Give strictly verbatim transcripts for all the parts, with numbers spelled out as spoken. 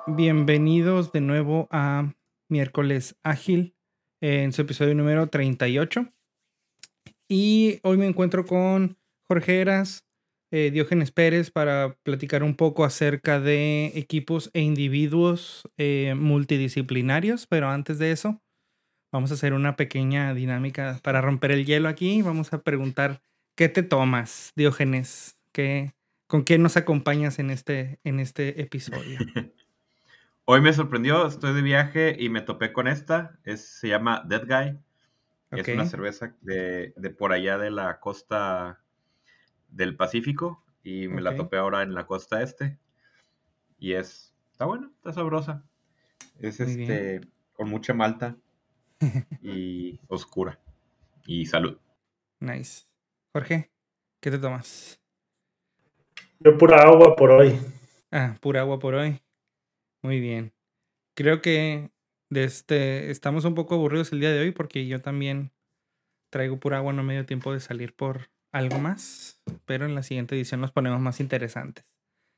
Bienvenidos de nuevo a Miércoles Ágil, eh, en su episodio número treinta y ocho. Y hoy me encuentro con Jorge Heras, eh, Diógenes Pérez, para platicar un poco acerca de equipos e individuos eh, multidisciplinarios. Pero antes de eso, vamos a hacer una pequeña dinámica para romper el hielo aquí. Vamos a preguntar, ¿qué te tomas, Diógenes? ¿Qué, ¿Con qué nos acompañas en este, en este episodio? Hoy me sorprendió, estoy de viaje y me topé con esta. Es, se llama Dead Guy. Ok, Es una cerveza de, de por allá de la costa del Pacífico y me ok, la topé ahora en la costa este. Y es, está buena, está sabrosa. Es muy bien. este, con mucha malta y oscura. Y salud. Nice. Jorge, ¿qué te tomas? Yo pura agua por hoy. Ah, pura agua por hoy. Muy bien. Creo que de este, estamos un poco aburridos el día de hoy porque yo también traigo pura agua, no me dio tiempo de salir por algo más, pero en la siguiente edición nos ponemos más interesantes.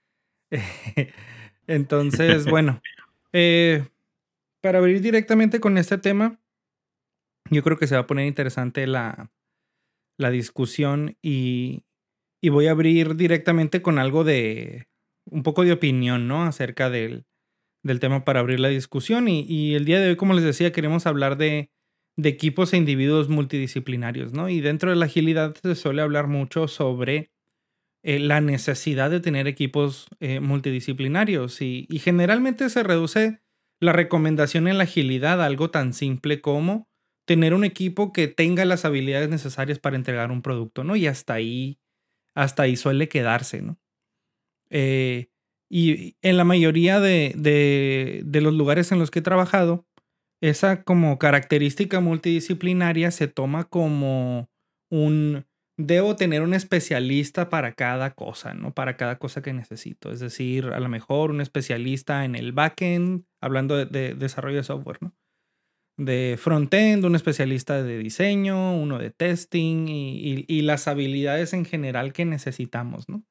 Entonces, bueno, eh, para abrir directamente con este tema, yo creo que se va a poner interesante la, la discusión y, y voy a abrir directamente con algo de un poco de opinión, ¿no? Acerca del, del tema para abrir la discusión. Y, y el día de hoy, como les decía, queremos hablar de, de equipos e individuos multidisciplinarios, ¿no? Y dentro de la agilidad se suele hablar mucho sobre eh, la necesidad de tener equipos eh, multidisciplinarios. Y, y generalmente se reduce la recomendación en la agilidad a algo tan simple como tener un equipo que tenga las habilidades necesarias para entregar un producto, ¿no? Y hasta ahí, hasta ahí suele quedarse, ¿no? Eh, y en la mayoría de, de, de los lugares en los que he trabajado, esa como característica multidisciplinaria se toma como un, debo tener un especialista para cada cosa, ¿no? Para cada cosa que necesito. Es decir, a lo mejor un especialista en el backend, hablando de, de desarrollo de software, ¿no? De frontend, un especialista de diseño, uno de testing y, y, y las habilidades en general que necesitamos, ¿no?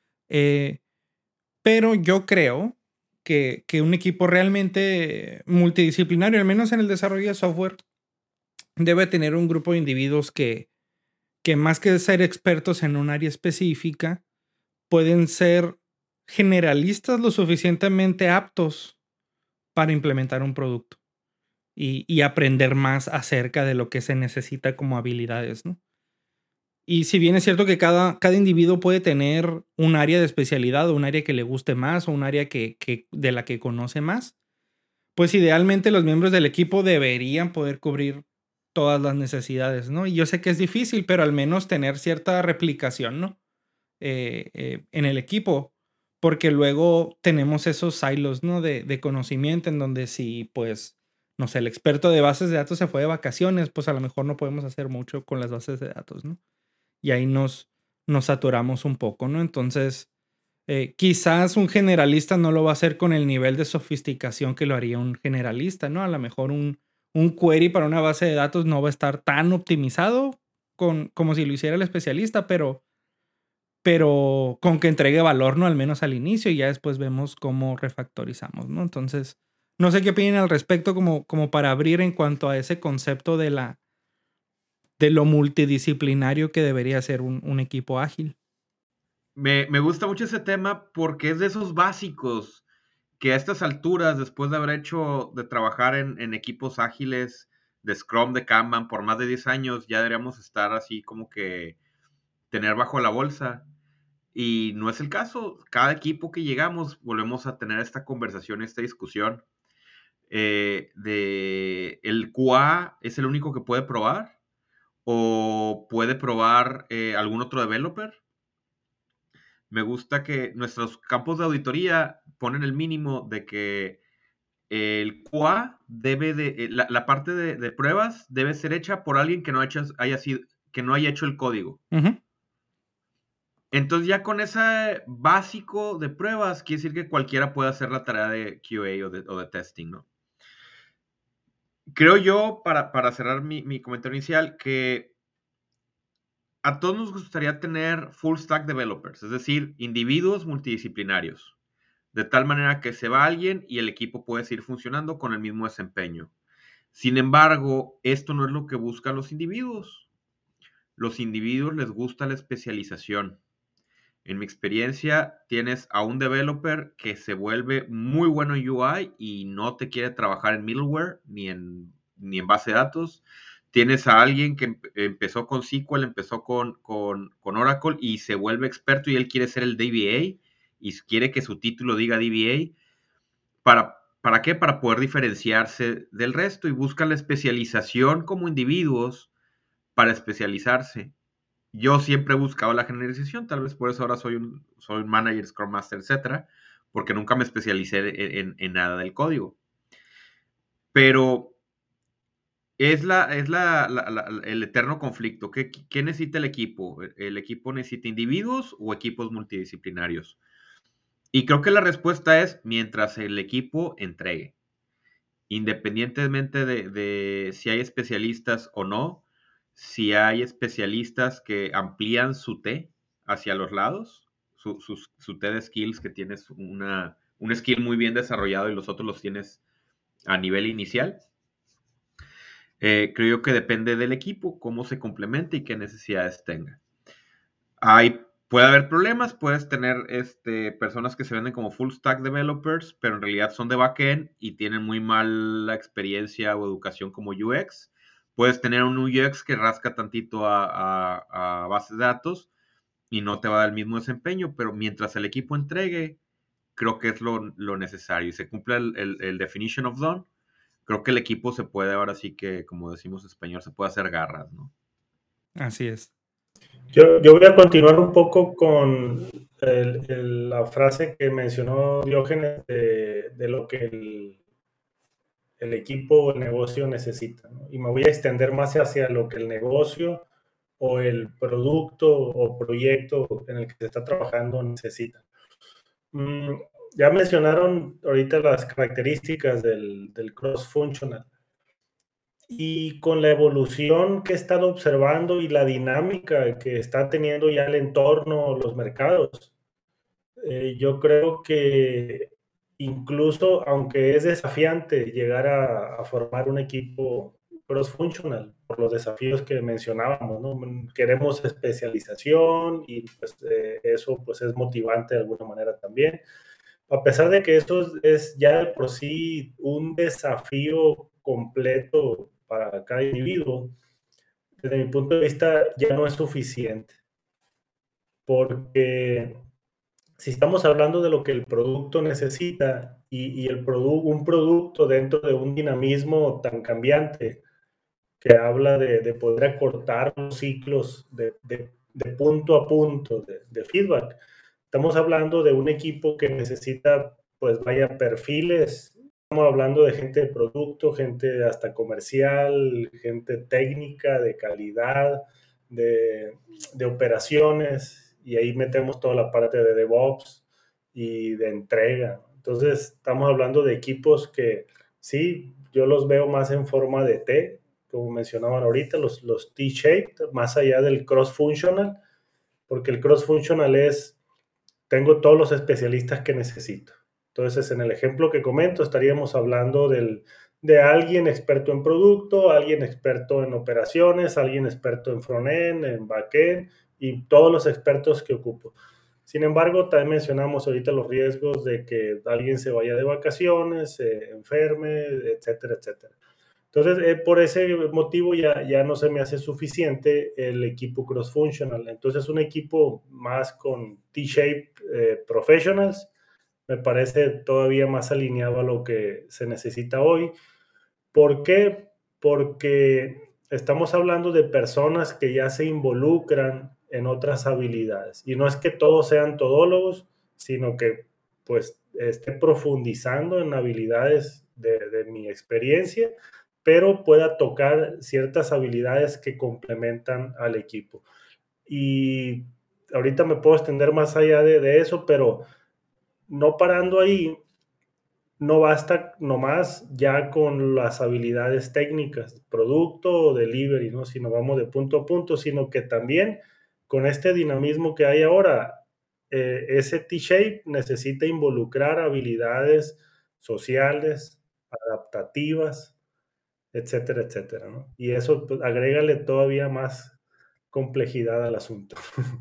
Eh, pero yo creo que, que un equipo realmente multidisciplinario, al menos en el desarrollo de software, debe tener un grupo de individuos que, que más que ser expertos en un área específica, pueden ser generalistas lo suficientemente aptos para implementar un producto y, y aprender más acerca de lo que se necesita como habilidades, ¿no? Y si bien es cierto que cada, cada individuo puede tener un área de especialidad o un área que le guste más o un área que, que, de la que conoce más, pues idealmente los miembros del equipo deberían poder cubrir todas las necesidades, ¿no? Y yo sé que es difícil, pero al menos tener cierta replicación, ¿no? Eh, eh, en el equipo, porque luego tenemos esos silos, ¿no? De, de conocimiento en donde si, pues, no sé, el experto de bases de datos se fue de vacaciones, pues a lo mejor no podemos hacer mucho con las bases de datos, ¿no? Y ahí nos, nos saturamos un poco, ¿no? Entonces, eh, quizás un generalista no lo va a hacer con el nivel de sofisticación que lo haría un generalista, ¿no? A lo mejor un, un query para una base de datos no va a estar tan optimizado con, como si lo hiciera el especialista, pero, pero con que entregue valor, ¿no? Al menos al inicio y ya después vemos cómo refactorizamos, ¿no? Entonces, no sé qué opinan al respecto como, como para abrir en cuanto a ese concepto de la de lo multidisciplinario que debería ser un, un equipo ágil. Me, me gusta mucho ese tema porque es de esos básicos que a estas alturas, después de haber hecho, de trabajar en, en equipos ágiles, de Scrum, de Kanban, por más de diez años, ya deberíamos estar así como que tener bajo la bolsa. Y no es el caso. Cada equipo que llegamos, volvemos a tener esta conversación, esta discusión eh, de el Q A es el único que puede probar o puede probar eh, algún otro developer. Me gusta que nuestros campos de auditoría ponen el mínimo de que el Q A debe de, eh, la, la parte de, de, pruebas debe ser hecha por alguien que no, hecho, haya, sido, que no haya hecho el código. Uh-huh. Entonces ya con ese básico de pruebas, quiere decir que cualquiera puede hacer la tarea de Q A o de, o de testing, ¿no? Creo yo, para, para cerrar mi, mi comentario inicial, que a todos nos gustaría tener full stack developers, es decir, individuos multidisciplinarios. de tal manera que se va alguien y el equipo puede seguir funcionando con el mismo desempeño. Sin embargo, esto no es lo que buscan los individuos. Los individuos les gusta la especialización. En mi experiencia, tienes a un developer que se vuelve muy bueno en U I y no te quiere trabajar en middleware ni en, ni en base de datos. Tienes a alguien que em- empezó con S Q L, empezó con, con, con Oracle y se vuelve experto y él quiere ser el D B A y quiere que su título diga D B A. ¿Para, ¿Para qué? Para poder diferenciarse del resto y buscan la especialización como individuos para especializarse. Yo siempre he buscado la generalización, tal vez por eso ahora soy un, soy un manager, Scrum Master, etcétera, porque nunca me especialicé en, en, en nada del código. Pero es, la, es la, la, la, el eterno conflicto. ¿Qué, ¿Qué necesita el equipo? ¿El equipo necesita individuos o equipos multidisciplinarios? Y creo que la respuesta es mientras el equipo entregue. Independientemente de, de si hay especialistas o no, si hay especialistas que amplían su T hacia los lados, su, su, su T de skills, que tienes una, un skill muy bien desarrollado y los otros los tienes a nivel inicial. Eh, creo yo que depende del equipo, cómo se complemente y qué necesidades tenga. Hay, puede haber problemas, puedes tener este, personas que se venden como full stack developers, pero en realidad son de backend y tienen muy mala experiencia o educación como U X. Puedes tener un U X que rasca tantito a, a, a bases de datos y no te va a dar el mismo desempeño, pero mientras el equipo entregue, creo que es lo, lo necesario y se cumple el, el, el definition of done. Creo que el equipo se puede, ahora sí que, como decimos en español, se puede hacer garras, ¿no? Así es. Yo, yo voy a continuar un poco con el, el, la frase que mencionó Diógenes de, de lo que el, el equipo o el negocio necesita, ¿no? Y me voy a extender más hacia lo que el negocio o el producto o proyecto en el que se está trabajando necesita. Mm, ya mencionaron ahorita las características del, del cross-functional. Y con la evolución que he estado observando y la dinámica que está teniendo ya el entorno, los mercados, eh, yo creo que incluso aunque es desafiante llegar a, a formar un equipo cross-functional por los desafíos que mencionábamos, ¿no? Queremos especialización y pues eh, eso pues es motivante de alguna manera también. A pesar de que esto es, es ya de por sí un desafío completo para cada individuo, desde mi punto de vista ya no es suficiente, porque si estamos hablando de lo que el producto necesita y, y el produ un producto dentro de un dinamismo tan cambiante que habla de, de poder acortar los ciclos de, de, de punto a punto de, de feedback, estamos hablando de un equipo que necesita, pues vaya, perfiles. Estamos hablando de gente de producto, gente hasta comercial, gente técnica, de calidad, de, de operaciones, y ahí metemos toda la parte de DevOps y de entrega. Entonces, estamos hablando de equipos que sí, yo los veo más en forma de T, como mencionaban ahorita, los, los T-shaped, más allá del cross-functional, porque el cross-functional es, tengo todos los especialistas que necesito. Entonces, en el ejemplo que comento, estaríamos hablando del, de alguien experto en producto, alguien experto en operaciones, alguien experto en front-end, en back-end y todos los expertos que ocupo. Sin embargo, también mencionamos ahorita los riesgos de que alguien se vaya de vacaciones, se enferme, etcétera, etcétera. Entonces, eh, por ese motivo ya, ya no se me hace suficiente el equipo cross-functional. Entonces, un equipo más con T-shaped eh, professionals me parece todavía más alineado a lo que se necesita hoy. ¿Por qué? Porque estamos hablando de personas que ya se involucran en otras habilidades. Y no es que todos sean todólogos, sino que pues esté profundizando en habilidades de, de mi experiencia, pero pueda tocar ciertas habilidades que complementan al equipo. Y ahorita me puedo extender más allá de, de eso, pero no parando ahí, no basta nomás ya con las habilidades técnicas, producto o delivery, ¿no? Sino vamos de punto a punto, sino que también con este dinamismo que hay ahora, eh, ese T-shape necesita involucrar habilidades sociales, adaptativas, etcétera, etcétera, ¿no? Y eso, pues, agrégale todavía más complejidad al asunto.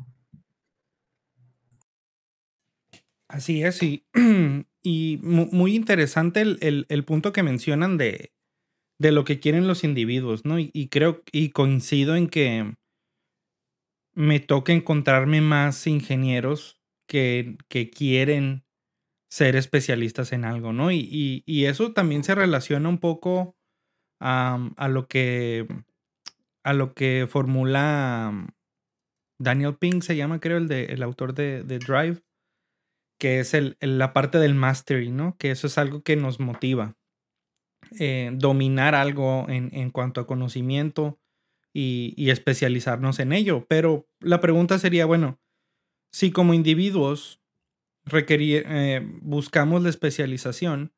Así es, y, y mu- muy interesante el, el- el punto que mencionan de, de lo que quieren los individuos, ¿no? Y, y creo y coincido en que me toca encontrarme más ingenieros que, que quieren ser especialistas en algo, ¿no? Y, y- y eso también se relaciona un poco am, a lo que a lo que formula am, Daniel Pink, se llama, creo, el de el autor de, de Drive, que es el, el- la parte del mastery, ¿no? Que eso es algo que nos motiva. Eh, dominar algo en, en cuanto a conocimiento y, y especializarnos en ello. Pero la pregunta sería, bueno, si como individuos requerir, eh, buscamos la especialización,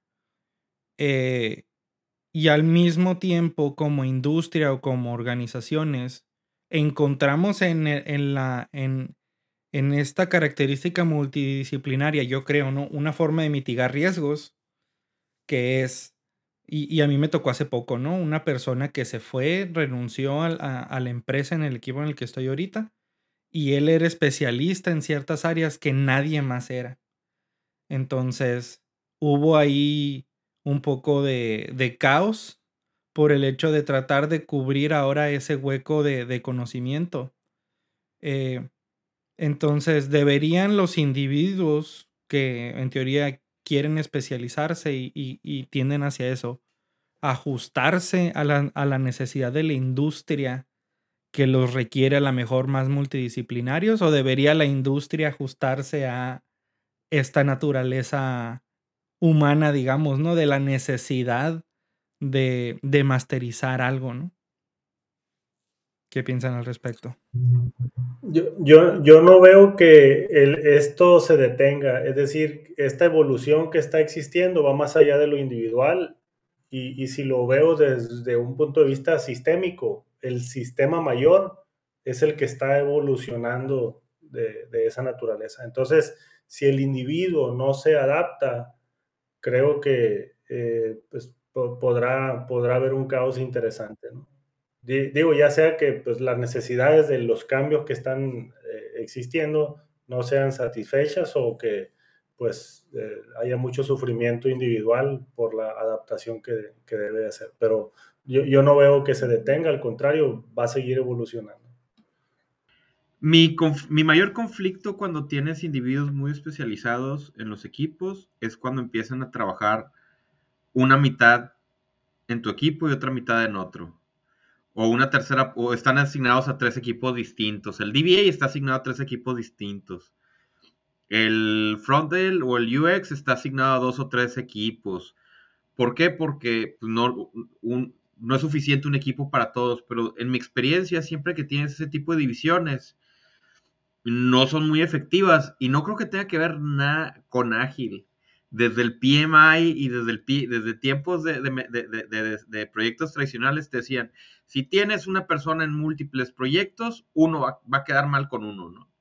eh, y al mismo tiempo como industria o como organizaciones encontramos en, e- en la, en, en esta característica multidisciplinaria, yo creo, ¿no? Una forma de mitigar riesgos que es, y, y a mí me tocó hace poco, ¿no? Una persona que se fue, renunció al- a, a la empresa en el equipo en el que estoy ahorita, y él era especialista en ciertas áreas que nadie más era. Entonces, hubo ahí un poco de, de caos por el hecho de tratar de cubrir ahora ese hueco de, de conocimiento. Eh, entonces, deberían los individuos que en teoría quieren especializarse y, y- y tienden hacia eso, ajustarse a la, a la necesidad de la industria que los requiere a la mejor más multidisciplinarios, o debería la industria ajustarse a esta naturaleza humana, digamos, ¿no? De la necesidad de, de masterizar algo, ¿no? ¿Qué piensan al respecto? Yo, yo, yo no veo que el- esto se detenga, es decir, esta evolución que está existiendo va más allá de lo individual y, y si lo veo desde un punto de vista sistémico, el sistema mayor es el que está evolucionando de, de esa naturaleza. Entonces, si el individuo no se adapta, creo que eh, pues, po- podrá, podrá haber un caos interesante, ¿no? Di- Digo, ya sea que pues, las necesidades de los cambios que están eh, existiendo no sean satisfechas o que pues eh, haya mucho sufrimiento individual por la adaptación que, que debe hacer. Pero yo, yo no veo que se detenga, al contrario, va a seguir evolucionando. Mi, conf- mi mayor conflicto cuando tienes individuos muy especializados en los equipos es cuando empiezan a trabajar una mitad en tu equipo y otra mitad en otro. O una tercera, o están asignados a tres equipos distintos. El D B A está asignado a tres equipos distintos. El frontend o el U X está asignado a dos o tres equipos. ¿Por qué? Porque pues, no, un- no es suficiente un equipo para todos, pero en mi experiencia, siempre que tienes ese tipo de divisiones, no son muy efectivas y no creo que tenga que ver nada con ágil. Desde el P M I y desde, el, P- desde tiempos de, de, de, de, de proyectos tradicionales te decían, si tienes una persona en múltiples proyectos, uno va, va a quedar mal con uno, ¿no?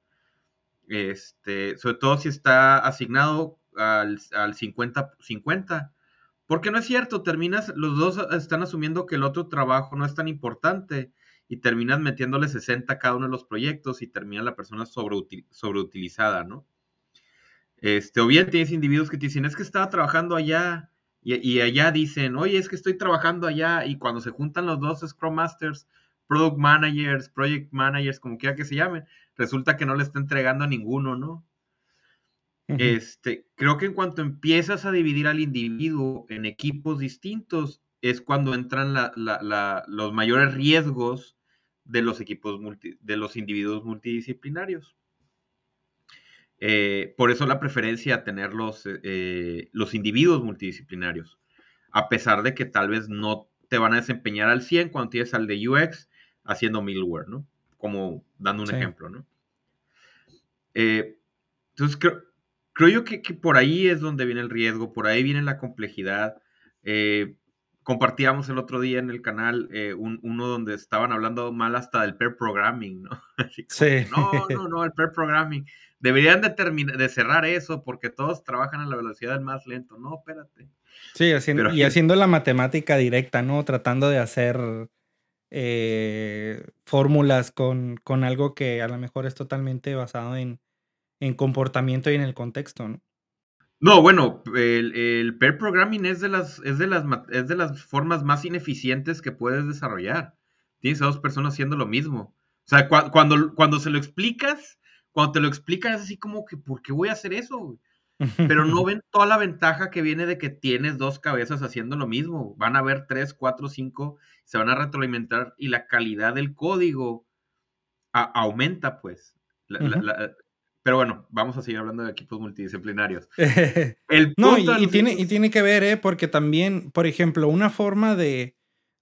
Este, sobre todo si está asignado al, al cincuenta cincuenta. Porque no es cierto, terminas, los dos están asumiendo que el otro trabajo no es tan importante y terminas metiéndole sesenta a cada uno de los proyectos y termina la persona sobreutil, sobreutilizada, ¿no? Este, o bien tienes individuos que te dicen, es que estaba trabajando allá y, y allá dicen, oye, es que estoy trabajando allá y cuando se juntan los dos Scrum Masters, Product Managers, Project Managers, como quiera que se llamen, resulta que no le está entregando a ninguno, ¿no? Ujú. Este, creo que en cuanto empiezas a dividir al individuo en equipos distintos, es cuando entran la, la, la, los mayores riesgos de los equipos multi, de los individuos multidisciplinarios. Eh, por eso la preferencia a tener los, eh, los individuos multidisciplinarios, a pesar de que tal vez no te van a desempeñar al cien cuando tienes al de U X haciendo middleware, ¿no? Como dando un Sí. ejemplo, ¿no? Eh, entonces, creo, creo yo que, que, por ahí es donde viene el riesgo, por ahí viene la complejidad. Eh, compartíamos el otro día en el canal eh, un, uno donde estaban hablando mal hasta del pair programming, ¿no? Así como Sí. que no, no, no, el pair programming. Deberían de, terminar, de cerrar eso porque todos trabajan a la velocidad del más lento. No, espérate. Sí, haciendo, Pero y haciendo la matemática directa, ¿no? Tratando de hacer eh, fórmulas con, con algo que a lo mejor es totalmente basado en, en comportamiento y en el contexto, ¿no? No, bueno, el, el pair programming es de las, es de las, ma- es de las formas más ineficientes que puedes desarrollar. Tienes a dos personas haciendo lo mismo. O sea, cua- cuando, cuando se lo explicas, cuando te lo explican es así como que, ¿por qué voy a hacer eso, güey? Pero no ven toda la ventaja que viene de que tienes dos cabezas haciendo lo mismo. Van a haber tres, cuatro, cinco, se van a retroalimentar y la calidad del código a- aumenta, pues. La- la- Ujú. la- pero bueno, vamos a seguir hablando de equipos multidisciplinarios. El No, punto y, de y los tiene, y equipos... tiene que ver, ¿eh? Porque también, por ejemplo, una forma de,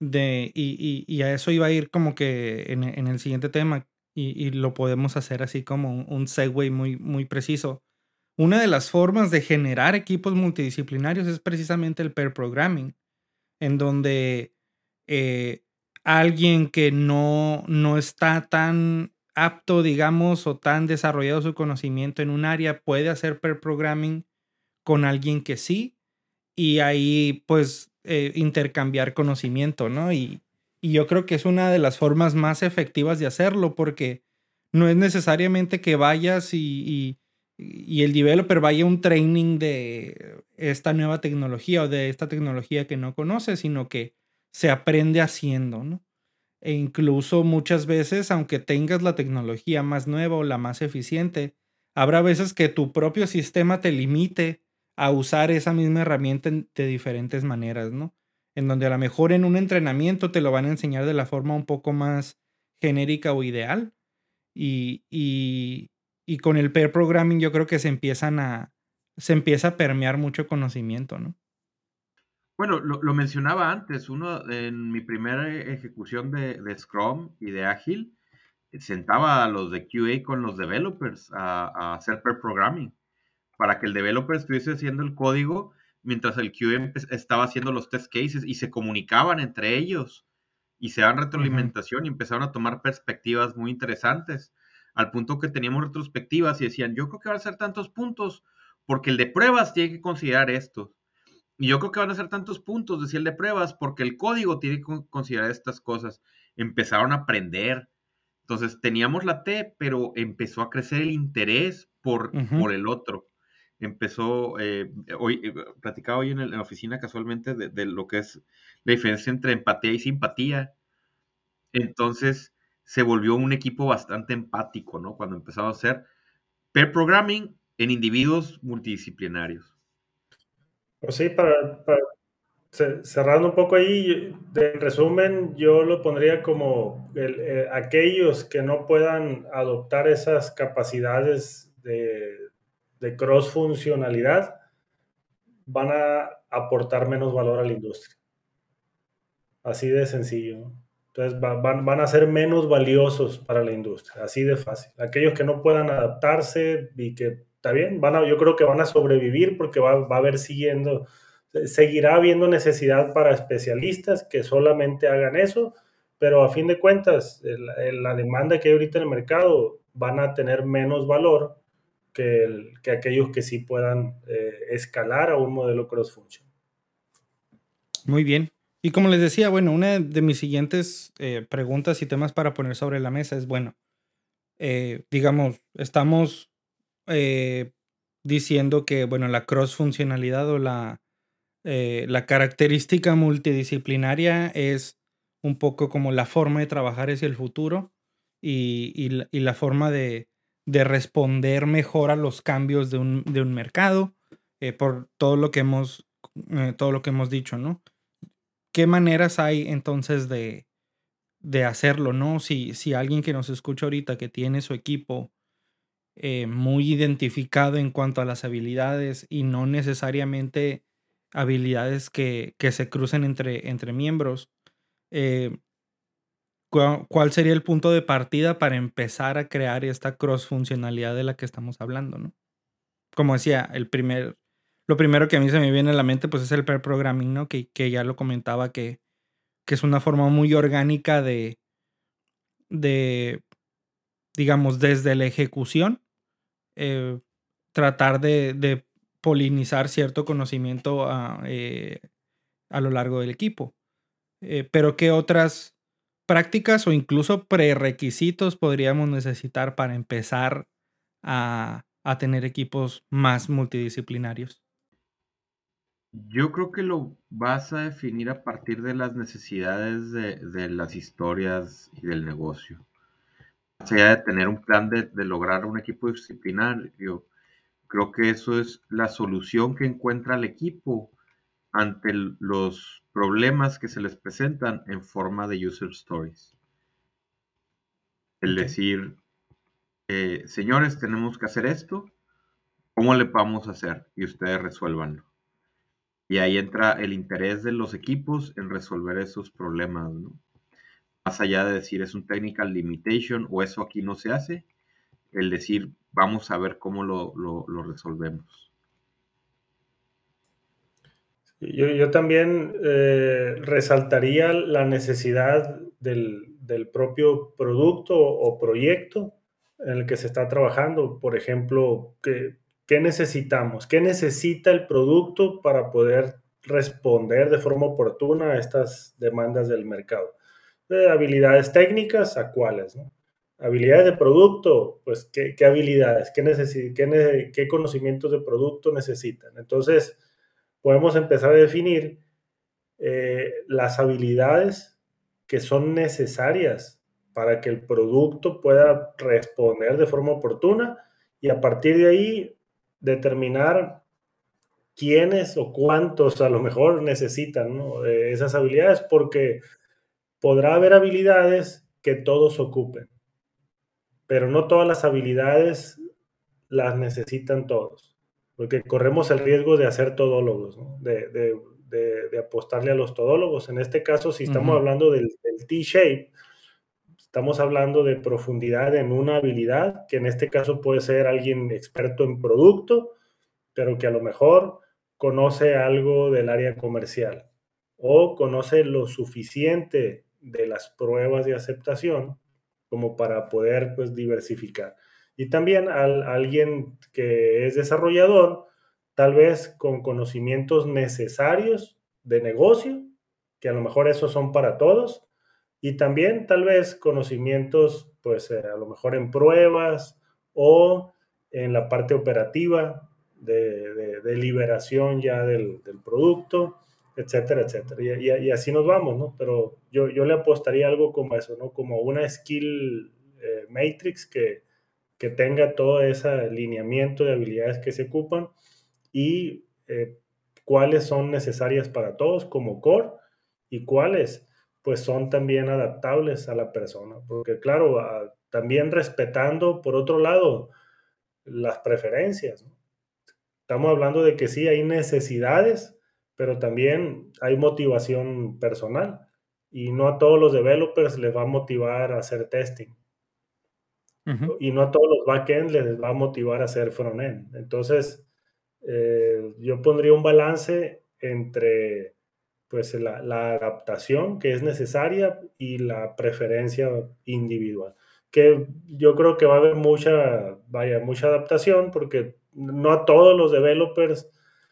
de y, y- y a eso iba a ir como que en, en el siguiente tema, y, y lo podemos hacer así como un, un segue muy, muy preciso. Una de las formas de generar equipos multidisciplinarios es precisamente el pair programming, en donde eh, alguien que no, no está tan apto, digamos, o tan desarrollado su conocimiento en un área puede hacer pair programming con alguien que sí, y ahí pues eh, intercambiar conocimiento, ¿no? Y, y yo creo que es una de las formas más efectivas de hacerlo porque no es necesariamente que vayas y, y, y el developer vaya a un training de esta nueva tecnología o de esta tecnología que no conoce, sino que se aprende haciendo, ¿no? E incluso muchas veces, aunque tengas la tecnología más nueva o la más eficiente, habrá veces que tu propio sistema te limite a usar esa misma herramienta en- de diferentes maneras, ¿no? En donde a lo mejor en un entrenamiento te lo van a enseñar de la forma un poco más genérica o ideal. Y, y, y con el pair programming yo creo que se empiezan a, se empieza a permear mucho conocimiento, ¿no? Bueno, lo, lo mencionaba antes, uno en mi primera ejecución de, de Scrum y de Agile, sentaba a los de Q A con los developers a, a hacer pair programming, para que el developer estuviese haciendo el código mientras el Q A empe- estaba haciendo los test cases y se comunicaban entre ellos y se daban Ujú, retroalimentación y empezaron a tomar perspectivas muy interesantes, al punto que teníamos retrospectivas y decían, yo creo que van a ser tantos puntos, porque el de pruebas tiene que considerar esto. Y yo creo que van a ser tantos puntos, decía el de pruebas, porque el código tiene que considerar estas cosas. Empezaron a aprender. Entonces teníamos la T, pero empezó a crecer el interés por, ujú. por el otro. Empezó, eh, hoy, eh, platicaba hoy en, el- en la oficina casualmente de, de lo que es la diferencia entre empatía y simpatía. Entonces se volvió un equipo bastante empático, ¿no? Cuando empezamos a hacer pair programming en individuos multidisciplinarios. Pues sí, para, para ce- cerrando un poco ahí, de- en resumen, yo lo pondría como el- eh, aquellos que no puedan adoptar esas capacidades de, de cross funcionalidad van a aportar menos valor a la industria. Así de sencillo, ¿no? Entonces va- van, van a ser menos valiosos para la industria, así de fácil. Aquellos que no puedan adaptarse y que está bien, van a, yo creo que van a sobrevivir porque va, va a haber siguiendo, seguirá habiendo necesidad para especialistas que solamente hagan eso, pero a fin de cuentas, el- el- la demanda que hay ahorita en el mercado van a tener menos valor que, el- que aquellos que sí puedan eh, escalar a un modelo cross-function. Muy bien. Y como les decía, bueno, una de mis siguientes eh, preguntas y temas para poner sobre la mesa es, bueno, eh, digamos, estamos eh, diciendo que, bueno, la cross funcionalidad o la, eh, la característica multidisciplinaria es un poco como la forma de trabajar hacia el futuro y, y la, y la forma de, de responder mejor a los cambios de un, de un mercado eh, por todo lo que hemos, eh, todo lo que hemos dicho, ¿no? ¿Qué maneras hay entonces de, de hacerlo, no? Si, si alguien que nos escucha ahorita que tiene su equipo eh, muy identificado en cuanto a las habilidades y no necesariamente habilidades que, que se crucen entre, entre miembros, eh, ¿cuál, cuál sería el punto de partida para empezar a crear esta cross funcionalidad de la que estamos hablando, ¿no? Como decía, el primer, lo primero que a mí se me viene a la mente pues es el pair programming, ¿no? Que, que ya lo comentaba que, que es una forma muy orgánica de, de digamos, desde la ejecución, eh, tratar de, de polinizar cierto conocimiento a, eh, a lo largo del equipo. Eh, pero ¿qué otras prácticas o incluso prerequisitos podríamos necesitar para empezar a, a tener equipos más multidisciplinarios? Yo creo que lo vas a definir a partir de las necesidades de, de las historias y del negocio. Más allá de tener un plan de, de lograr un equipo disciplinario, creo que eso es la solución que encuentra el equipo ante el- los problemas que se les presentan en forma de user stories. El Ok. decir, eh, señores, tenemos que hacer esto, ¿cómo le vamos a hacer? Y ustedes resuélvanlo. Y ahí entra el interés de los equipos en resolver esos problemas, ¿no? Más allá de decir es un technical limitation o eso aquí no se hace, el decir vamos a ver cómo lo, lo, lo resolvemos. Yo, yo también eh, resaltaría la necesidad del, del propio producto o proyecto en el que se está trabajando. Por ejemplo, ¿qué, qué necesitamos? ¿Qué necesita el producto para poder responder de forma oportuna a estas demandas del mercado? De habilidades técnicas, ¿a cuáles? ¿No? Habilidades de producto, pues, ¿qué, qué habilidades? ¿Qué, necesi- qué, ne- qué conocimientos de producto necesitan? Entonces, podemos empezar a definir eh, las habilidades que son necesarias para que el producto pueda responder de forma oportuna y a partir de ahí determinar quiénes o cuántos a lo mejor necesitan, ¿no? Eh, esas habilidades, porque podrá haber habilidades que todos ocupen, pero no todas las habilidades las necesitan todos, porque corremos el riesgo de hacer todólogos, ¿no? de, de, de, de, apostarle a los todólogos. En este caso, si estamos Uh-huh. hablando del, del T-shape, estamos hablando de profundidad en una habilidad, que en este caso puede ser alguien experto en producto, pero que a lo mejor conoce algo del área comercial o conoce lo suficiente de las pruebas de aceptación como para poder pues diversificar. Y también al, alguien que es desarrollador, tal vez con conocimientos necesarios de negocio, que a lo mejor esos son para todos, y también tal vez conocimientos, pues eh, a lo mejor en pruebas o en la parte operativa de, de, de liberación ya del, del, producto, etcétera, etcétera. Y, y, y, así nos vamos, ¿no? Pero yo, yo le apostaría algo como eso, ¿no? Como una skill eh, matrix que, que tenga todo ese alineamiento de habilidades que se ocupan y eh, cuáles son necesarias para todos como core y cuáles pues son también adaptables a la persona. Porque claro, a, también respetando, por otro lado, las preferencias, ¿no? Estamos hablando de que sí hay necesidades, pero también hay motivación personal. Y no a todos los developers les va a motivar a hacer testing. Uh-huh. Y no a todos los backend les va a motivar a hacer frontend. Entonces, eh, yo pondría un balance entre pues la, la, adaptación que es necesaria y la preferencia individual. Que yo creo que va a haber mucha, vaya, mucha adaptación porque no a todos los developers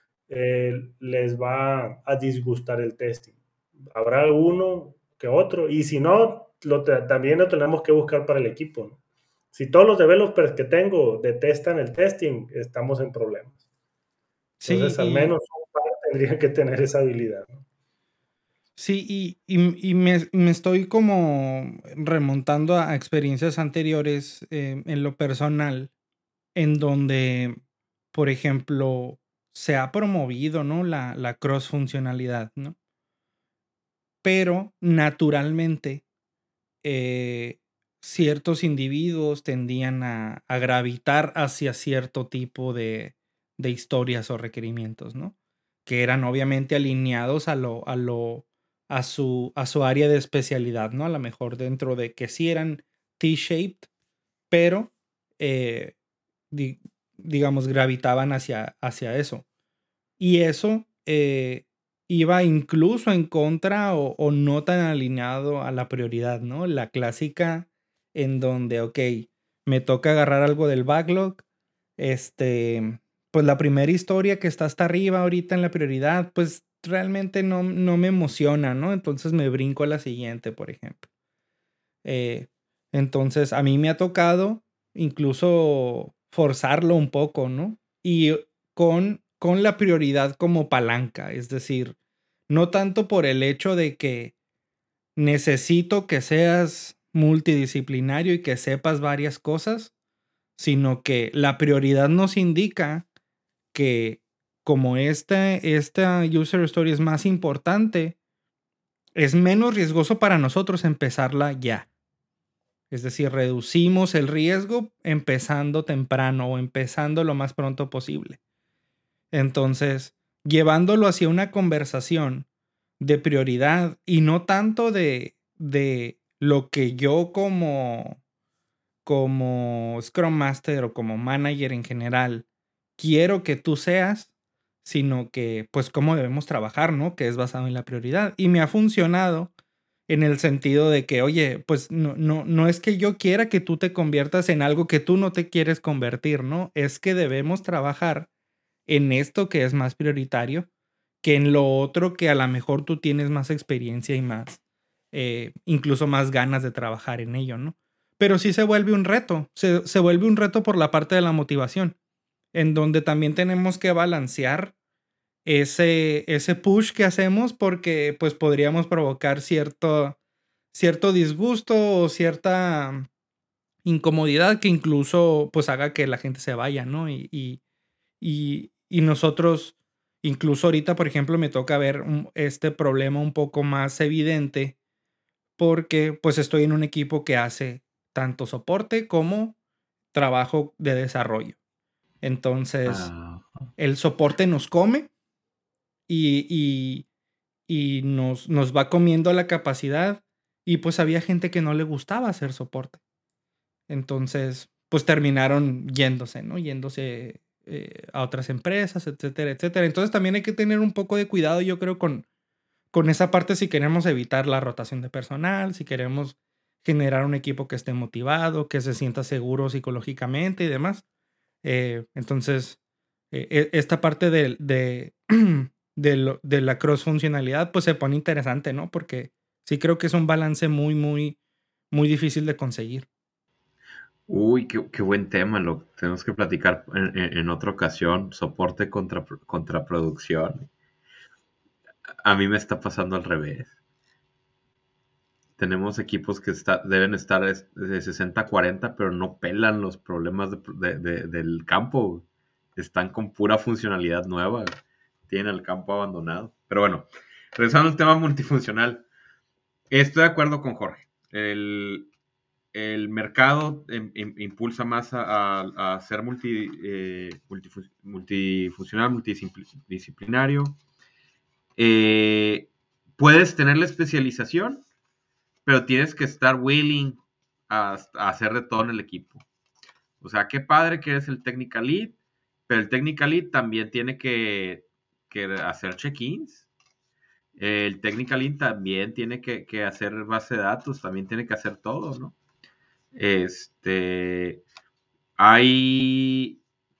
eh, les va a disgustar el testing. Habrá uno que otro y si no, lo, también lo tenemos que buscar para el equipo, ¿no? Si todos los developers que tengo detestan el testing, estamos en problemas. Sí, Entonces, al y menos un par tendría que tener esa habilidad, ¿no? sí, y, y, y me, me estoy como remontando a experiencias anteriores eh, en lo personal, en donde, por ejemplo, se ha promovido, ¿no? La, la cross-funcionalidad, ¿no? Pero naturalmente eh, ciertos individuos tendían a, a gravitar hacia cierto tipo de, de historias o requerimientos, ¿no? Que eran obviamente alineados a lo, a lo, a su, a su área de especialidad, ¿no? A lo mejor dentro de que sí eran T-shaped, pero eh, di- digamos gravitaban hacia, hacia eso. Y eso eh, iba incluso en contra o, o no tan alineado a la prioridad, ¿no? La clásica en donde, ok, me toca agarrar algo del backlog, este, pues la primera historia que está hasta arriba ahorita en la prioridad, pues realmente no, no me emociona, ¿no? Entonces me brinco a la siguiente, por ejemplo. Eh, entonces a mí me ha tocado incluso forzarlo un poco, ¿no? Y con, con la prioridad como palanca, es decir, no tanto por el hecho de que necesito que seas multidisciplinario y que sepas varias cosas, sino que la prioridad nos indica que como esta, esta user story es más importante, es menos riesgoso para nosotros empezarla ya. Es decir, reducimos el riesgo empezando temprano o empezando lo más pronto posible. Entonces, llevándolo hacia una conversación de prioridad y no tanto de, de lo que yo como, como Scrum Master o como manager en general quiero que tú seas, sino que pues cómo debemos trabajar, ¿no? Que es basado en la prioridad. Y me ha funcionado en el sentido de que, oye, pues no, no, no es que yo quiera que tú te conviertas en algo que tú no te quieres convertir, ¿no? Es que debemos trabajar en esto que es más prioritario que en lo otro que a lo mejor tú tienes más experiencia y más, eh, incluso más ganas de trabajar en ello, ¿no? Pero sí se vuelve un reto, se, se vuelve un reto por la parte de la motivación, en donde también tenemos que balancear ese, ese push que hacemos porque pues podríamos provocar cierto, cierto disgusto o cierta incomodidad que incluso pues haga que la gente se vaya, ¿no? Y, y, y, y nosotros, incluso ahorita, por ejemplo, me toca ver un, este problema un poco más evidente porque pues estoy en un equipo que hace tanto soporte como trabajo de desarrollo. Entonces, Ah, el soporte nos come y, y, y nos, nos va comiendo la capacidad y pues había gente que no le gustaba hacer soporte. Entonces, pues terminaron yéndose, ¿no? Yéndose eh, a otras empresas, etcétera, etcétera. Entonces también hay que tener un poco de cuidado, yo creo, con, con esa parte si queremos evitar la rotación de personal, si queremos generar un equipo que esté motivado, que se sienta seguro psicológicamente y demás. Eh, entonces, eh, esta parte de, de, de, lo, de la cross-funcionalidad, pues se pone interesante, ¿no? Porque sí creo que es un balance muy, muy, muy difícil de conseguir. uy, qué, qué buen tema, lo tenemos que platicar en, en- en otra ocasión. Soporte contra, contra producción. A mí me está pasando al revés. Tenemos equipos que está, deben estar es- de sesenta a cuarenta, pero no pelan los problemas de- de- de- del campo. Están con pura funcionalidad nueva. Tienen el campo abandonado. Pero bueno, regresando al tema multifuncional. Estoy de acuerdo con Jorge. El, el mercado em- em- impulsa más a, a- a ser multi, eh, multifu- multifuncional, multidisciplinario. Eh, puedes tener la especialización, pero tienes que estar willing a, a hacer de todo en el equipo. O sea, qué padre que eres el technical lead, pero el technical lead también tiene que, que hacer check-ins. El technical lead también tiene que, que hacer base de datos, también tiene que hacer todo, ¿no? Este, hay,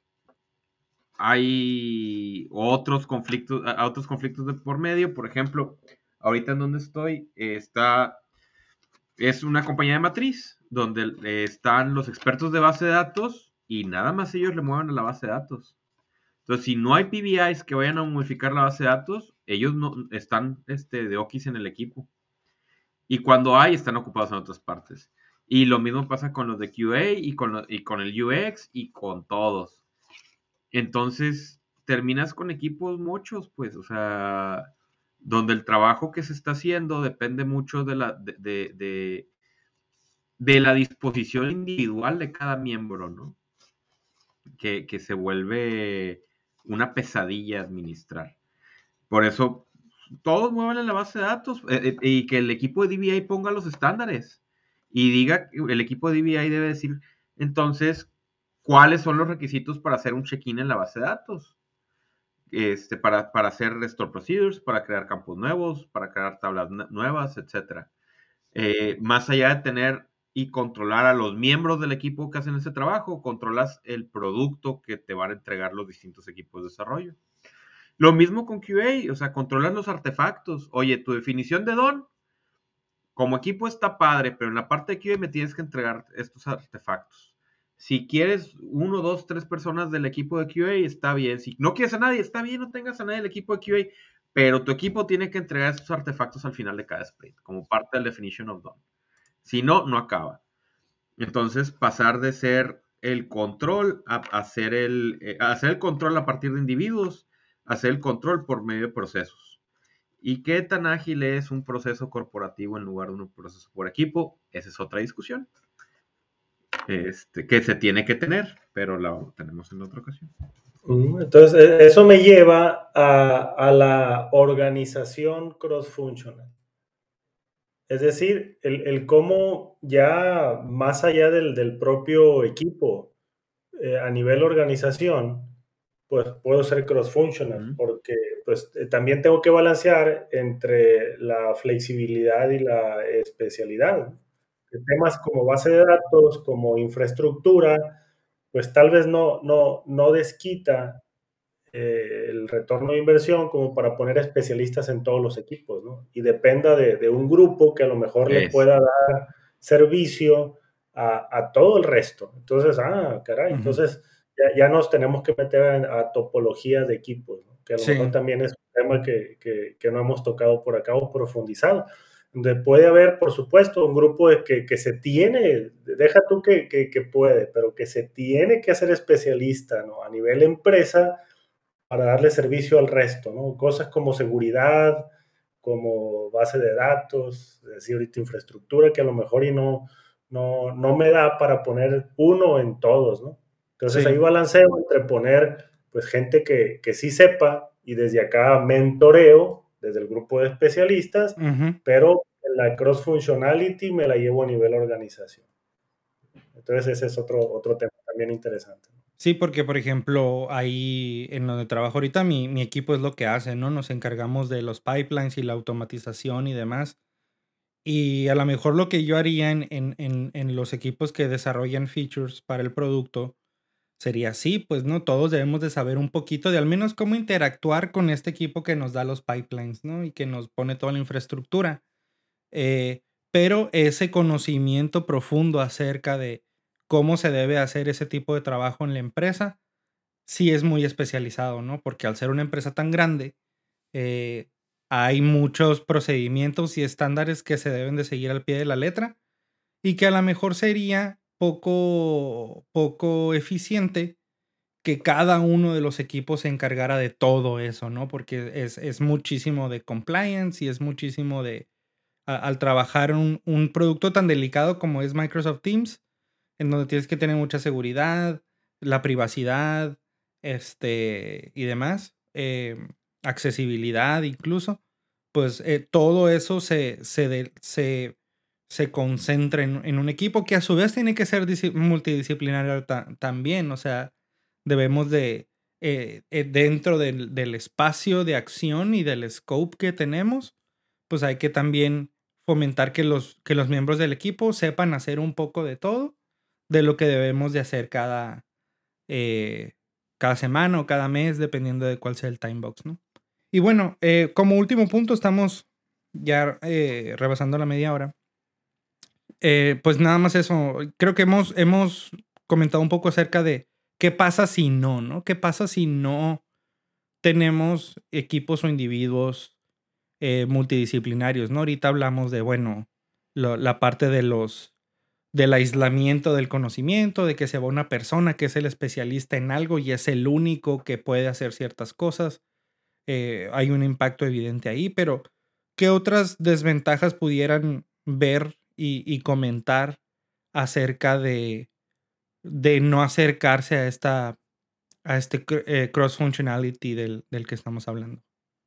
hay otros conflictos, otros conflictos de por medio. Por ejemplo, ahorita en donde estoy, eh, está, es una compañía de matriz donde eh, están los expertos de base de datos y nada más ellos le mueven a la base de datos. Entonces, si no hay P B Is que vayan a modificar la base de datos, ellos no están este, de Okis en el equipo. Y cuando hay, están ocupados en otras partes. Y lo mismo pasa con los de Q A y con, lo, y con el U X y con todos. Entonces, terminas con equipos muchos, pues, o sea, donde el trabajo que se está haciendo depende mucho de la, de, de, de, de la disposición individual de cada miembro, ¿no? Que, que se vuelve una pesadilla administrar. Por eso, todos mueven en la base de datos eh, eh, y que el equipo de D B I ponga los estándares y diga, el equipo de D B I debe decir, entonces, ¿cuáles son los requisitos para hacer un check-in en la base de datos? este, para, para hacer store procedures, para crear campos nuevos, para crear tablas nuevas, etcétera. Eh, más allá de tener y controlar a los miembros del equipo que hacen ese trabajo, controlas el producto que te van a entregar los distintos equipos de desarrollo. Lo mismo con Q A, o sea, controlas los artefactos. Oye, tu definición de don, como equipo está padre, pero en la parte de Q A me tienes que entregar estos artefactos. Si quieres uno, dos, tres personas del equipo de Q A, está bien. Si no quieres a nadie, está bien, no tengas a nadie del equipo de Q A, pero tu equipo tiene que entregar estos artefactos al final de cada sprint, como parte del definition of done. Si no, no acaba. Entonces, pasar de ser el control a hacer el, eh, a hacer el control a partir de individuos, a hacer el control por medio de procesos. ¿Y qué tan ágil es un proceso corporativo en lugar de un proceso por equipo? Esa es otra discusión. Este, que se tiene que tener, pero la tenemos en otra ocasión. Entonces, eso me lleva a, a la organización cross-functional. Es decir, el, el cómo ya más allá del, del propio equipo, eh, a nivel organización, pues puedo ser cross-functional, Uh-huh. porque pues eh, también tengo que balancear entre la flexibilidad y la especialidad. Temas como base de datos, como infraestructura, pues tal vez no, no, no desquita eh, el retorno de inversión como para poner especialistas en todos los equipos, ¿no? Y dependa de, de un grupo que a lo mejor le Es. pueda dar servicio a, a todo el resto. Entonces, ah, caray, Ujú. entonces ya, ya nos tenemos que meter a, a topologías de equipos, ¿no? Que a lo Sí. mejor también es un tema que, que, que no hemos tocado por acá o profundizado. Donde puede haber, por supuesto, un grupo de que, que se tiene, deja tú que, que, que puede, pero que se tiene que hacer especialista, ¿no? A nivel empresa, para darle servicio al resto, ¿no? Cosas como seguridad, como base de datos, es decir, ahorita infraestructura, que a lo mejor y no, no, no me da para poner uno en todos, ¿no? Entonces Sí. ahí balanceo entre poner pues gente que, que sí sepa y desde acá mentoreo desde el grupo de especialistas, Ujú. pero la cross-functionality me la llevo a nivel organización. Entonces ese es otro, otro tema también interesante. Sí, porque, por ejemplo, ahí en donde trabajo ahorita, mi, mi equipo es lo que hace, ¿no? Nos encargamos de los pipelines y la automatización y demás. Y a lo mejor lo que yo haría en, en, en, en los equipos que desarrollan features para el producto sería así, pues, ¿no? Todos debemos de saber un poquito de al menos cómo interactuar con este equipo que nos da los pipelines, ¿no? Y que nos pone toda la infraestructura. Eh, pero ese conocimiento profundo acerca de cómo se debe hacer ese tipo de trabajo en la empresa, sí es muy especializado, ¿no? Porque al ser una empresa tan grande, eh, hay muchos procedimientos y estándares que se deben de seguir al pie de la letra y que a lo mejor sería poco, poco eficiente que cada uno de los equipos se encargara de todo eso, ¿no? Porque es, es muchísimo de compliance y es muchísimo de, a- al trabajar un, un producto tan delicado como es Microsoft Teams, en donde tienes que tener mucha seguridad, la privacidad, este, y demás, eh, accesibilidad incluso, pues eh, todo eso se, se, de- se, se concentra en, en un equipo que a su vez tiene que ser disi- multidisciplinario ta- también, o sea, debemos de, eh, eh, dentro del, del espacio de acción y del scope que tenemos, pues hay que también fomentar que los, que los miembros del equipo sepan hacer un poco de todo de lo que debemos de hacer cada, eh, cada semana o cada mes, dependiendo de cuál sea el time box, ¿no? Y bueno, eh, como último punto, estamos ya eh, rebasando la media hora. Eh, pues nada más eso. Creo que hemos, hemos comentado un poco acerca de qué pasa si no, ¿no? ¿Qué pasa si no tenemos equipos o individuos eh, multidisciplinarios, ¿no? Ahorita hablamos de, bueno, lo, la parte de los del aislamiento del conocimiento, de que se va una persona que es el especialista en algo y es el único que puede hacer ciertas cosas. Eh, hay un impacto evidente ahí, pero ¿qué otras desventajas pudieran ver y, y comentar acerca de, de no acercarse a esta a este eh, cross functionality del, del que estamos hablando?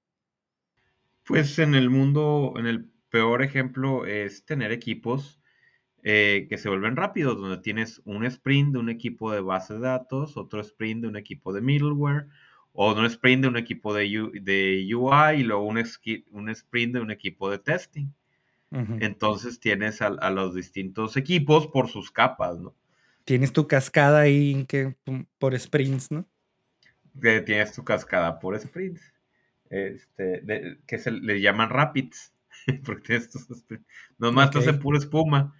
Pues en el mundo, en el peor ejemplo es tener equipos eh, que se vuelven rápidos, donde tienes un sprint de un equipo de base de datos, otro sprint de un equipo de middleware, o un sprint de un equipo de, U, de U I y luego un, un sprint de un equipo de testing. Uh-huh. Entonces tienes a, a los distintos equipos por sus capas, ¿no? Tienes tu cascada ahí que, por sprints, ¿no? Que tienes tu cascada por sprints. Este, de, que se le llaman rapids. Porque tienes tus sprints. Nomás okay. Estás en pura espuma.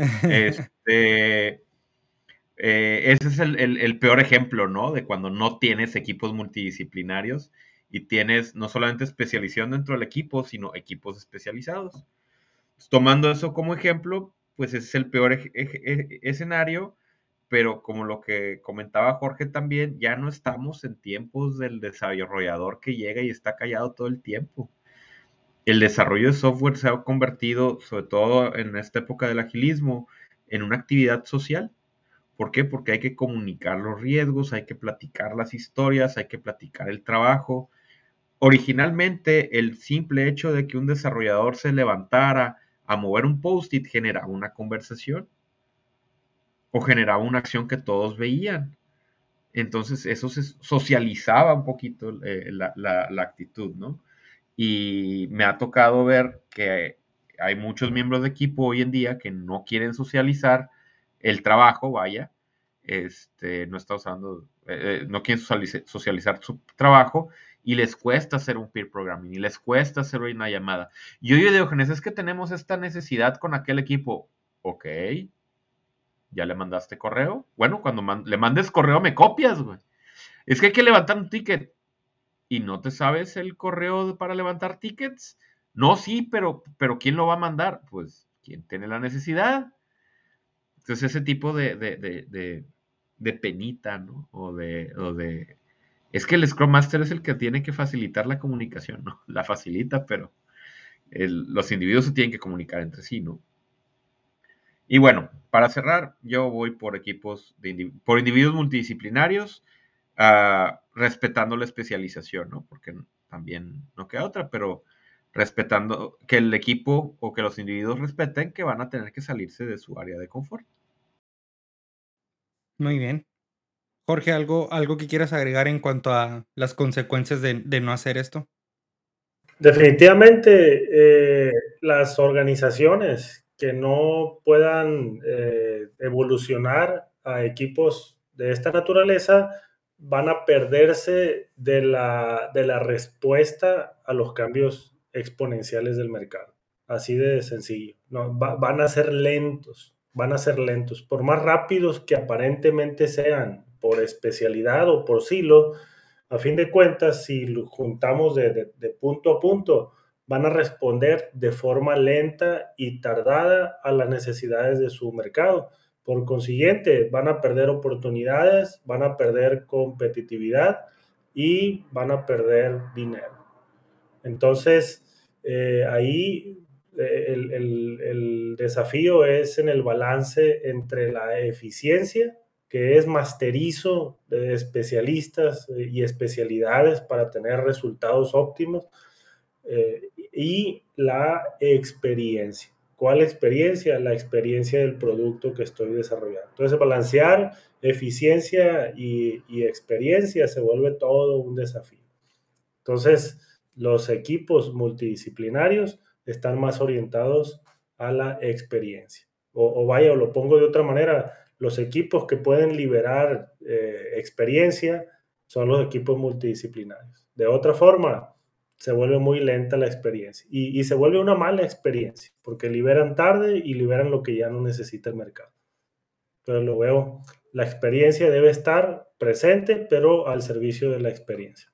Este, eh, ese es el, el, el peor ejemplo, ¿no? De cuando no tienes equipos multidisciplinarios y tienes no solamente especialización dentro del equipo, sino equipos especializados. Tomando eso como ejemplo, pues ese es el peor e- e- escenario, pero como lo que comentaba Jorge también, ya no estamos en tiempos del desarrollador que llega y está callado todo el tiempo. El desarrollo de software se ha convertido, sobre todo en esta época del agilismo, en una actividad social. ¿Por qué? Porque hay que comunicar los riesgos, hay que platicar las historias, hay que platicar el trabajo. Originalmente, el simple hecho de que un desarrollador se levantara a mover un post-it generaba una conversación o generaba una acción que todos veían. Entonces, eso se socializaba un poquito eh, la, la, la actitud, ¿no? Y me ha tocado ver que hay muchos miembros de equipo hoy en día que no quieren socializar el trabajo, vaya, este, no está usando, eh, no quieren socializar, socializar su trabajo y les cuesta hacer un peer programming y les cuesta hacer una llamada. Y yo, yo digo, Genes, es que tenemos esta necesidad con aquel equipo. Ok, ¿ya le mandaste correo? Bueno, cuando man le mandes correo me copias, güey. Es que hay que levantar un ticket. ¿Y no te sabes el correo para levantar tickets? No, sí, pero, pero ¿quién lo va a mandar? Pues, ¿quién tiene la necesidad? Entonces, ese tipo de, de, de, de, de penita, ¿no? O de, o de... Es que el Scrum Master es el que tiene que facilitar la comunicación, ¿no? La facilita, pero el, los individuos se tienen que comunicar entre sí, ¿no? Y bueno, para cerrar, yo voy por equipos, de indiv por individuos multidisciplinarios, uh, respetando la especialización, ¿no? Porque también no queda otra, pero respetando que el equipo o que los individuos respeten que van a tener que salirse de su área de confort. Muy bien. Jorge, ¿algo, algo que quieras agregar en cuanto a las consecuencias de, de no hacer esto? Definitivamente, eh, las organizaciones que no puedan eh, evolucionar a equipos de esta naturaleza van a perderse de la, de la respuesta a los cambios exponenciales del mercado. Así de sencillo. No, va, van a ser lentos, van a ser lentos. Por más rápidos que aparentemente sean por especialidad o por silo, a fin de cuentas, si lo juntamos de, de, de punto a punto, van a responder de forma lenta y tardada a las necesidades de su mercado. Por consiguiente, van a perder oportunidades, van a perder competitividad y van a perder dinero. Entonces, eh, ahí eh, el, el, el desafío es en el balance entre la eficiencia, que es masterizo de especialistas y especialidades para tener resultados óptimos, eh, y la experiencia. ¿Cuál experiencia? La experiencia del producto que estoy desarrollando. Entonces, balancear eficiencia y, y experiencia se vuelve todo un desafío. Entonces, los equipos multidisciplinarios están más orientados a la experiencia. O, o vaya, o lo pongo de otra manera, los equipos que pueden liberar eh, experiencia son los equipos multidisciplinarios. De otra forma, se vuelve muy lenta la experiencia y, y se vuelve una mala experiencia porque liberan tarde y liberan lo que ya no necesita el mercado. Pero lo veo, la experiencia debe estar presente, pero al servicio de la experiencia.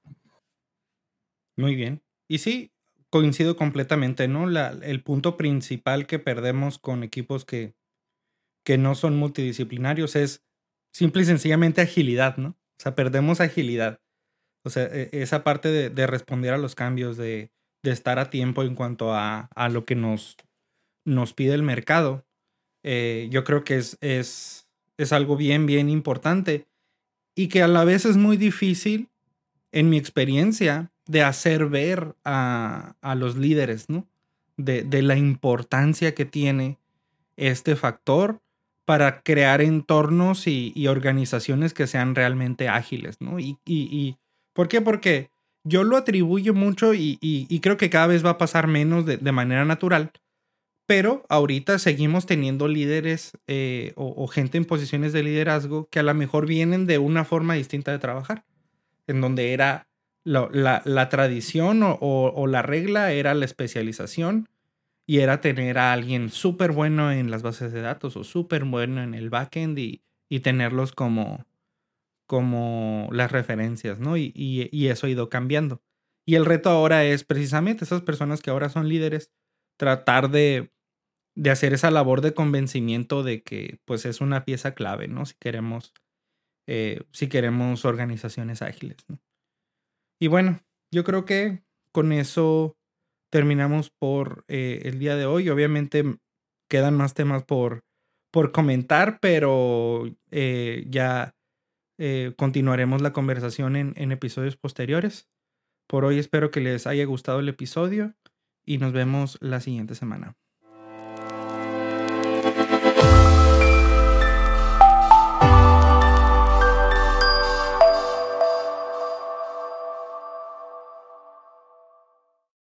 Muy bien. Y sí, coincido completamente, ¿no? La, el punto principal que perdemos con equipos que, que no son multidisciplinarios es simple y sencillamente agilidad, ¿no? O sea, perdemos agilidad. O sea, esa parte de, de responder a los cambios, de, de estar a tiempo en cuanto a, a lo que nos, nos pide el mercado, eh, yo creo que es, es, es algo bien, bien importante y que a la vez es muy difícil, en mi experiencia, de hacer ver a, a los líderes, ¿no? De, de la importancia que tiene este factor para crear entornos y, y organizaciones que sean realmente ágiles, ¿no? Y, y, y ¿Por qué? Porque yo lo atribuyo mucho y, y, y creo que cada vez va a pasar menos de, de manera natural. Pero ahorita seguimos teniendo líderes eh, o, o gente en posiciones de liderazgo que a lo mejor vienen de una forma distinta de trabajar, en donde era la, la, la tradición o, o, o la regla era la especialización y era tener a alguien súper bueno en las bases de datos o súper bueno en el backend y, y tenerlos como, como las referencias, ¿no? Y, y, y eso ha ido cambiando. Y el reto ahora es precisamente esas personas que ahora son líderes, tratar de de hacer esa labor de convencimiento de que pues es una pieza clave, ¿no? Si queremos, eh, si queremos organizaciones ágiles, ¿no? Y bueno, yo creo que con eso terminamos por eh, el día de hoy. Obviamente quedan más temas por, por comentar, pero eh, ya eh, continuaremos la conversación en, en episodios posteriores. Por hoy espero que les haya gustado el episodio y nos vemos la siguiente semana.